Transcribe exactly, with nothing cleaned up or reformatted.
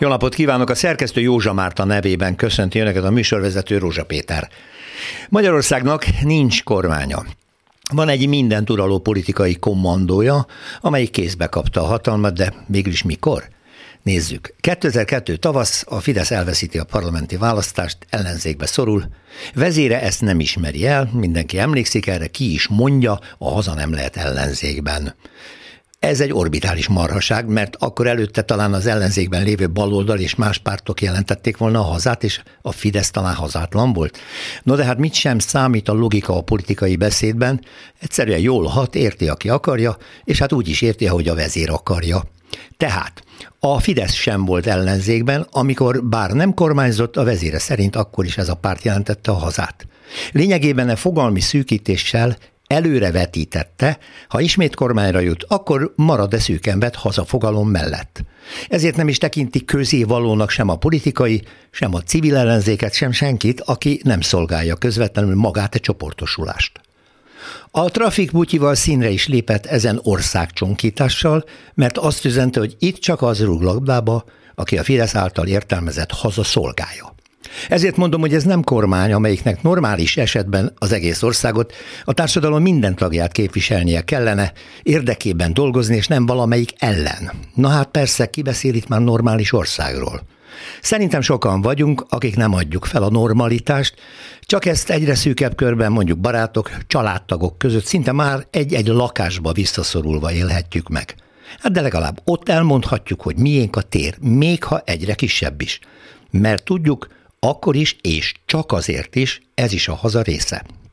Jó napot kívánok! A szerkesztő Józsa Márta nevében köszönti önöket a műsorvezető Rózsa Péter. Magyarországnak nincs kormánya. Van egy mindent uraló politikai kommandója, amelyik kézbe kapta a hatalmat, de mégis mikor? Nézzük. kétezer-kettő tavasz, a Fidesz elveszíti a parlamenti választást, ellenzékbe szorul. Vezére ezt nem ismeri el, mindenki emlékszik erre, ki is mondja, a haza nem lehet ellenzékben. Ez egy orbitális marhaság, mert akkor előtte talán az ellenzékben lévő baloldal és más pártok jelentették volna a hazát, és a Fidesz talán hazátlan volt. No de hát mit sem számít a logika a politikai beszédben, egyszerűen jól hat, érti, aki akarja, és hát úgy is érti, ahogy a vezér akarja. Tehát a Fidesz sem volt ellenzékben, amikor bár nem kormányzott, a vezére szerint akkor is ez a párt jelentette a hazát. Lényegében a fogalmi szűkítéssel előrevetítette, ha ismét kormányra jut, akkor marad-e szűkenvet hazafogalom mellett. Ezért nem is tekinti közévalónak sem a politikai, sem a civil ellenzéket, sem senkit, aki nem szolgálja közvetlenül magát a csoportosulást. A Trafik butyival színre is lépett ezen országcsonkítással, mert azt üzente, hogy itt csak az rúg labdába, aki a Fidesz által értelmezett haza szolgálja. Ezért mondom, hogy ez nem kormány, amelyiknek normális esetben az egész országot, a társadalom minden tagját képviselnie kellene, érdekében dolgozni, és nem valamelyik ellen. Na hát persze, ki beszél itt már normális országról? Szerintem sokan vagyunk, akik nem adjuk fel a normalitást, csak ezt egyre szűkebb körben, mondjuk barátok, családtagok között szinte már egy-egy lakásba visszaszorulva élhetjük meg. Hát de legalább ott elmondhatjuk, hogy miénk a tér, még ha egyre kisebb is. Mert tudjuk, akkor is, és csak azért is, ez is a haza része.